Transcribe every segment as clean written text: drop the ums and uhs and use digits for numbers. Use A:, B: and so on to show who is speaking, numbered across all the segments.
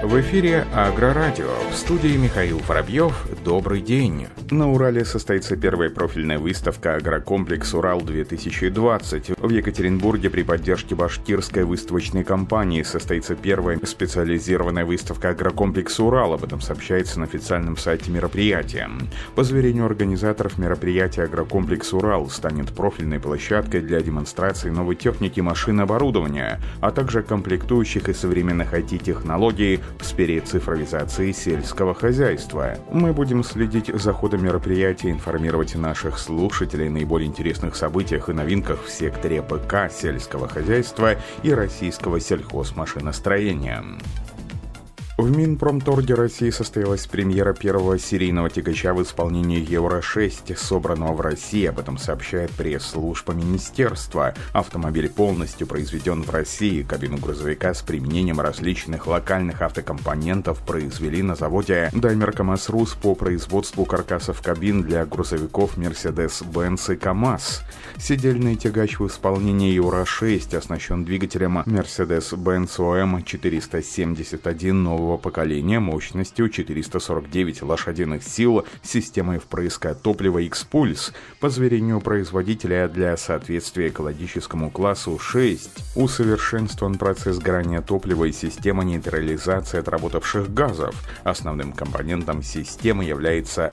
A: В эфире Агрорадио. В студии Михаил Воробьев. Добрый день. На Урале состоится первая профильная выставка «Агрокомплекс Урал-2020». В Екатеринбурге при поддержке башкирской выставочной компании состоится первая специализированная выставка «Агрокомплекс Урал». Об этом сообщается на официальном сайте мероприятия. По заверению организаторов мероприятия, «Агрокомплекс Урал» станет профильной площадкой для демонстрации новой техники, машин, оборудования, а также комплектующих и современных IT-технологий в сфере цифровизации сельского хозяйства. Мы будем следить за ходом мероприятия, информировать наших слушателей о наиболее интересных событиях и новинках в секторе ПК, сельского хозяйства и российского сельхозмашиностроения. В Минпромторге России состоялась премьера первого серийного тягача в исполнении Евро-6, собранного в России. Об этом сообщает пресс-служба министерства. Автомобиль полностью произведен в России. Кабину грузовика с применением различных локальных автокомпонентов произвели на заводе Daimler KAMAZ Rus по производству каркасов кабин для грузовиков Mercedes-Benz и КАМАЗ. Седельный тягач в исполнении Евро-6 оснащен двигателем Mercedes-Benz OM 471 нового поколения мощностью 449 лошадиных сил с системой впрыска топлива X-Pulse. По заверению производителя, для соответствия экологическому классу 6 усовершенствован процесс сгорания топлива и система нейтрализации отработавших газов. Основным компонентом системы является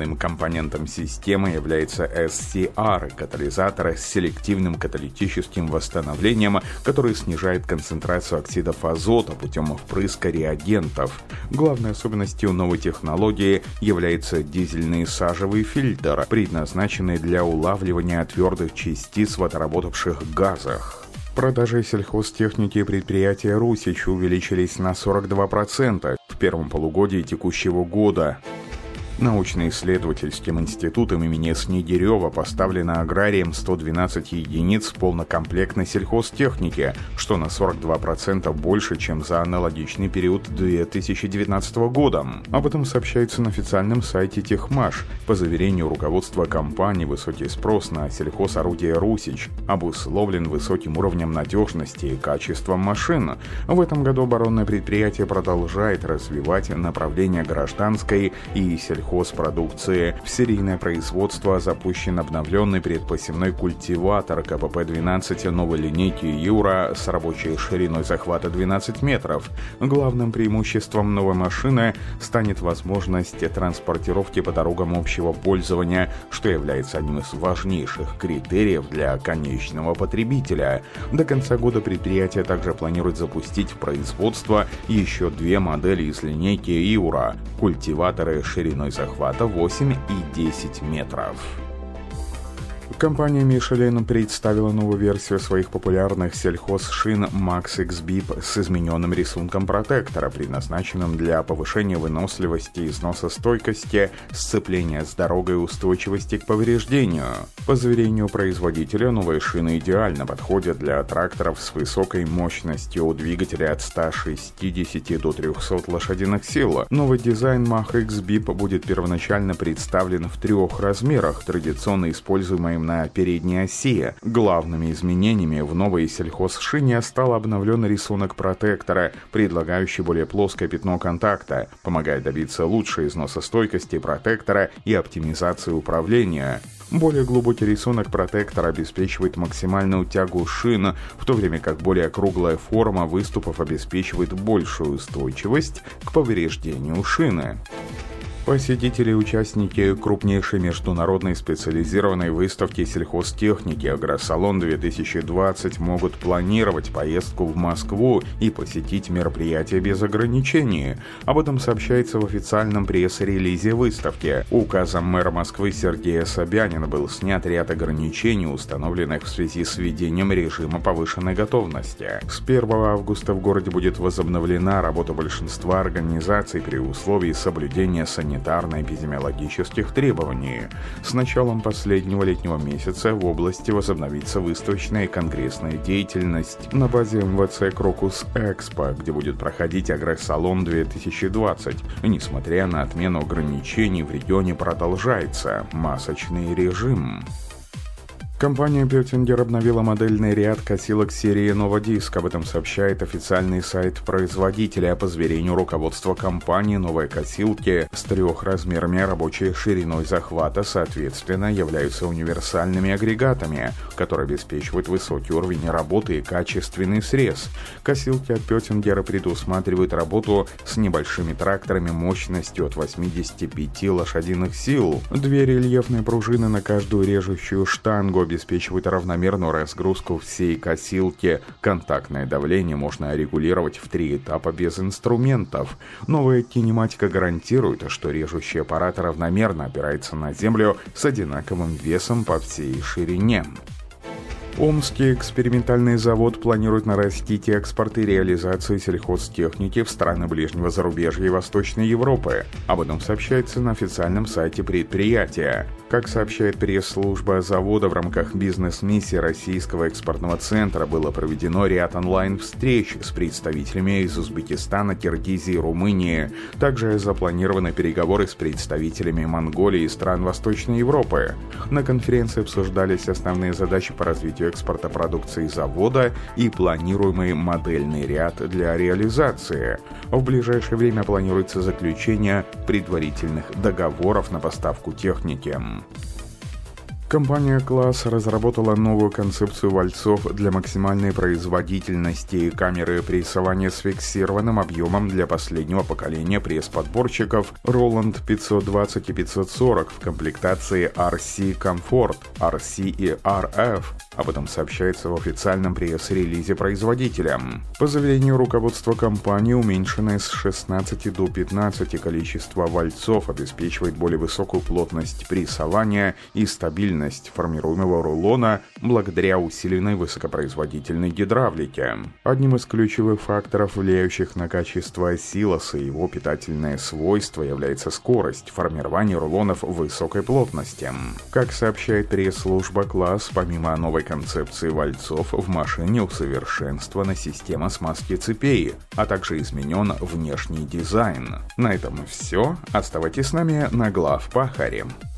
A: SCR, катализатор с селективным каталитическим восстановлением, который снижает концентрацию оксидов азота путем впрыска реагентов. Главной особенностью новой технологии является дизельный сажевый фильтр, предназначенный для улавливания твердых частиц в отработавших газах. Продажи сельхозтехники предприятия «Русич» увеличились на 42% в первом полугодии текущего года. Научно-исследовательским институтом имени Снегирева поставлено аграриям 112 единиц полнокомплектной сельхозтехники, что на 42% больше, чем за аналогичный период 2019 года. Об этом сообщается на официальном сайте Техмаш. По заверению руководства компании, высокий спрос на сельхозорудия «Русич» обусловлен высоким уровнем надежности и качеством машин. В этом году оборонное предприятие продолжает развивать направления гражданской и сельхозпродукции. В серийное производство запущен обновленный предпосевной культиватор КПП-12 новой линейки Юра с рабочей шириной захвата 12 метров. Главным преимуществом новой машины станет возможность транспортировки по дорогам общего пользования, что является одним из важнейших критериев для конечного потребителя. До конца года предприятие также планирует запустить в производство еще две модели из линейки Юра – культиваторы шириной захвата 8 и 10 метров. Компания Michelin представила новую версию своих популярных сельхозшин Max X-Bip с измененным рисунком протектора, предназначенным для повышения выносливости и износостойкости, сцепления с дорогой и устойчивости к повреждению. По заверению производителя, новые шины идеально подходят для тракторов с высокой мощностью двигателя от 160 до 300 лошадиных сил. Новый дизайн Max X-Bip будет первоначально представлен в 3 размерах, традиционно используемым на передней оси. Главными изменениями в новой сельхозшине стал обновленный рисунок протектора, предлагающий более плоское пятно контакта, помогает добиться лучшей износостойкости протектора и оптимизации управления. Более глубокий рисунок протектора обеспечивает максимальную тягу шин, в то время как более круглая форма выступов обеспечивает большую устойчивость к повреждению шины. Посетители и участники крупнейшей международной специализированной выставки сельхозтехники «Агросалон-2020» могут планировать поездку в Москву и посетить мероприятие без ограничений. Об этом сообщается в официальном пресс-релизе выставки. Указом мэра Москвы Сергея Собянина был снят ряд ограничений, установленных в связи с введением режима повышенной готовности. С 1 августа в городе будет возобновлена работа большинства организаций при условии соблюдения санитарно-эпидемиологических требований. С началом последнего летнего месяца в области возобновится выставочная и конгрессная деятельность на базе МВЦ «Крокус Экспо», где будет проходить Агросалон-2020. Несмотря на отмену ограничений, в регионе продолжается масочный режим. Компания Pöttinger обновила модельный ряд косилок серии Novodisk. Об этом сообщает официальный сайт производителя. По заверению руководства компании, новые косилки с 3 размерами рабочей шириной захвата соответственно являются универсальными агрегатами, которые обеспечивают высокий уровень работы и качественный срез. Косилки от Pöttinger предусматривают работу с небольшими тракторами мощностью от 85 лошадиных сил. 2 рельефные пружины на каждую режущую штангу обеспечивают равномерную разгрузку всей косилки. Контактное давление можно регулировать в 3 этапа без инструментов. Новая кинематика гарантирует, что режущий аппарат равномерно опирается на землю с одинаковым весом по всей ширине. Омский экспериментальный завод планирует нарастить экспорт и реализацию сельхозтехники в страны ближнего зарубежья и Восточной Европы. Об этом сообщается на официальном сайте предприятия. Как сообщает пресс-служба завода, в рамках бизнес-миссии Российского экспортного центра было проведено ряд онлайн-встреч с представителями из Узбекистана, Киргизии и Румынии. Также запланированы переговоры с представителями Монголии и стран Восточной Европы. На конференции обсуждались основные задачи по развитию экспорта продукции завода и планируемый модельный ряд для реализации. В ближайшее время планируется заключение предварительных договоров на поставку техники. Компания «Класс» разработала новую концепцию вальцов для максимальной производительности. Камеры прессования с фиксированным объемом для последнего поколения пресс-подборщиков Roland 520 и 540 в комплектации RC Comfort, RC и RF. Об этом сообщается в официальном пресс-релизе производителя. По заверению руководства компании, уменьшенное с 16 до 15 количество вальцов обеспечивает более высокую плотность прессования и стабильность формируемого рулона благодаря усиленной высокопроизводительной гидравлике. Одним из ключевых факторов, влияющих на качество силоса и его питательное свойство, является скорость формирования рулонов высокой плотности. Как сообщает пресс-служба «Класс», помимо новой концепции вальцов, в машине усовершенствована система смазки цепей, а также изменен внешний дизайн. На этом все. Оставайтесь с нами на Главпахаре.